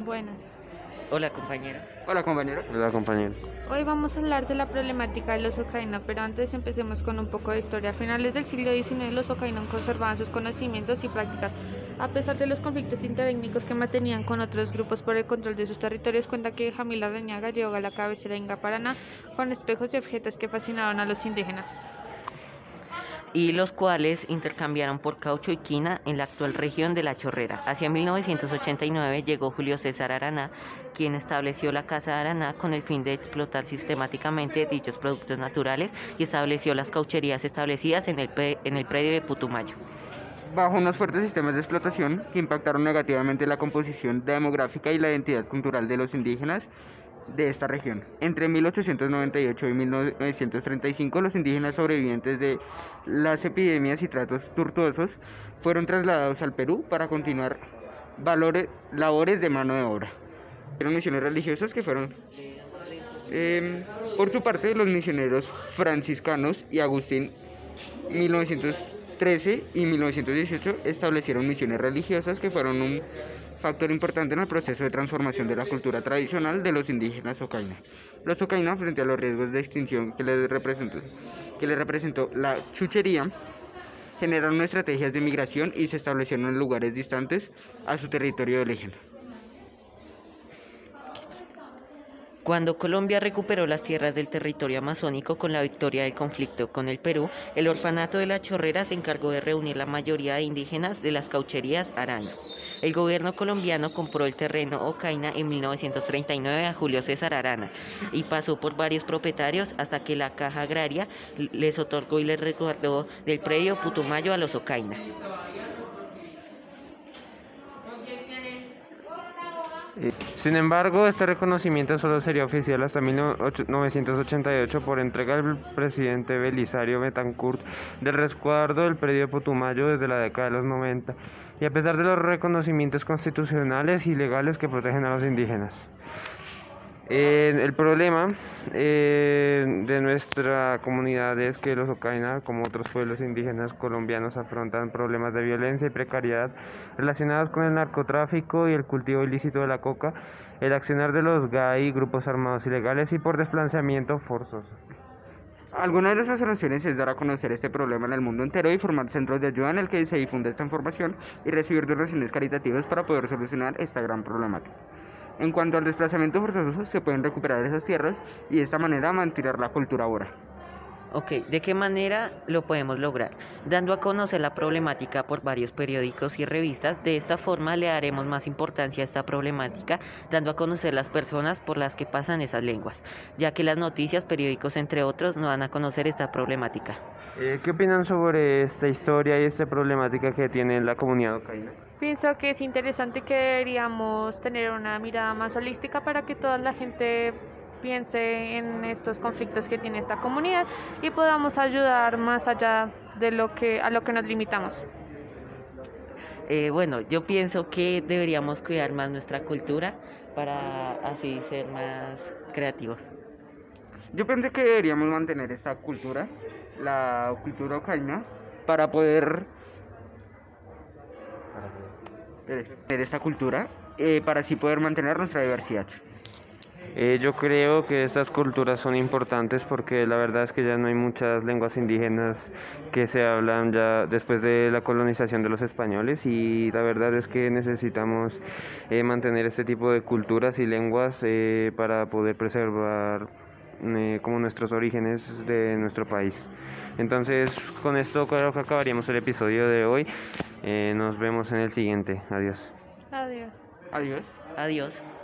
Buenas. Hola compañeros. Hola compañero. Hola compañero. Hoy vamos a hablar de la problemática de los Ocaina, pero antes empecemos con un poco de historia. A finales del siglo XIX, los Ocaina conservaban sus conocimientos y prácticas. A pesar de los conflictos interétnicos que mantenían con otros grupos por el control de sus territorios, cuenta que Jamil Larrañaga llegó a la cabecera Inga Paraná con espejos y objetos que fascinaron a los indígenas, Y los cuales intercambiaron por caucho y quina en la actual región de La Chorrera. Hacia 1989 llegó Julio César Araná, quien estableció la Casa de Araná con el fin de explotar sistemáticamente dichos productos naturales y estableció las caucherías establecidas en el predio de Putumayo. Bajo unos fuertes sistemas de explotación que impactaron negativamente la composición demográfica y la identidad cultural de los indígenas de esta región. Entre 1898 y 1935, los indígenas sobrevivientes de las epidemias y tratos tortuosos fueron trasladados al Perú para continuar labores de mano de obra. Fueron misiones religiosas que fueron, por su parte, los misioneros franciscanos y Agustín, 1913 y 1918, establecieron misiones religiosas que fueron un factor importante en el proceso de transformación de la cultura tradicional de los indígenas Ocaina. Los Ocaina, frente a los riesgos de extinción que les representó la chuchería, generaron estrategias de migración y se establecieron en lugares distantes a su territorio de origen. Cuando Colombia recuperó las tierras del territorio amazónico con la victoria del conflicto con el Perú, el orfanato de La Chorrera se encargó de reunir la mayoría de indígenas de las caucherías Araña. El gobierno colombiano compró el terreno Ocaina en 1939 a Julio César Arana y pasó por varios propietarios hasta que la Caja Agraria les otorgó y les resguardó del predio Putumayo a los Ocaina. Sin embargo, este reconocimiento solo sería oficial hasta 1988 por entrega del presidente Belisario Betancourt del resguardo del predio de Putumayo desde la década de los 90, y a pesar de los reconocimientos constitucionales y legales que protegen a los indígenas. El problema de nuestra comunidad es que los Ocaina, como otros pueblos indígenas colombianos, afrontan problemas de violencia y precariedad relacionados con el narcotráfico y el cultivo ilícito de la coca, el accionar de los GAI, grupos armados ilegales, y por desplazamiento forzoso. Alguna de nuestras soluciones es dar a conocer este problema en el mundo entero y formar centros de ayuda en el que se difunda esta información y recibir donaciones caritativas para poder solucionar esta gran problemática. En cuanto al desplazamiento forzoso, se pueden recuperar esas tierras y de esta manera mantener la cultura ahora. Ok, ¿de qué manera lo podemos lograr? Dando a conocer la problemática por varios periódicos y revistas. De esta forma le daremos más importancia a esta problemática, dando a conocer las personas por las que pasan esas lenguas, ya que las noticias, periódicos, entre otros, no dan a conocer esta problemática. ¿Qué opinan sobre esta historia y esta problemática que tiene la comunidad Ocaina? Pienso que es interesante que deberíamos tener una mirada más holística para que toda la gente piense en estos conflictos que tiene esta comunidad y podamos ayudar más allá de a lo que nos limitamos. Bueno, yo pienso que deberíamos cuidar más nuestra cultura para así ser más creativos. Yo pensé que deberíamos mantener esta cultura, la cultura Ocaina, para poder tener esta cultura, para así poder mantener nuestra diversidad. Yo creo que estas culturas son importantes porque la verdad es que ya no hay muchas lenguas indígenas que se hablan ya después de la colonización de los españoles, y la verdad es que necesitamos mantener este tipo de culturas y lenguas para poder preservar como nuestros orígenes de nuestro país. Entonces, con esto creo que acabaríamos el episodio de hoy. Nos vemos en el siguiente. Adiós. Adiós. Adiós. Adiós.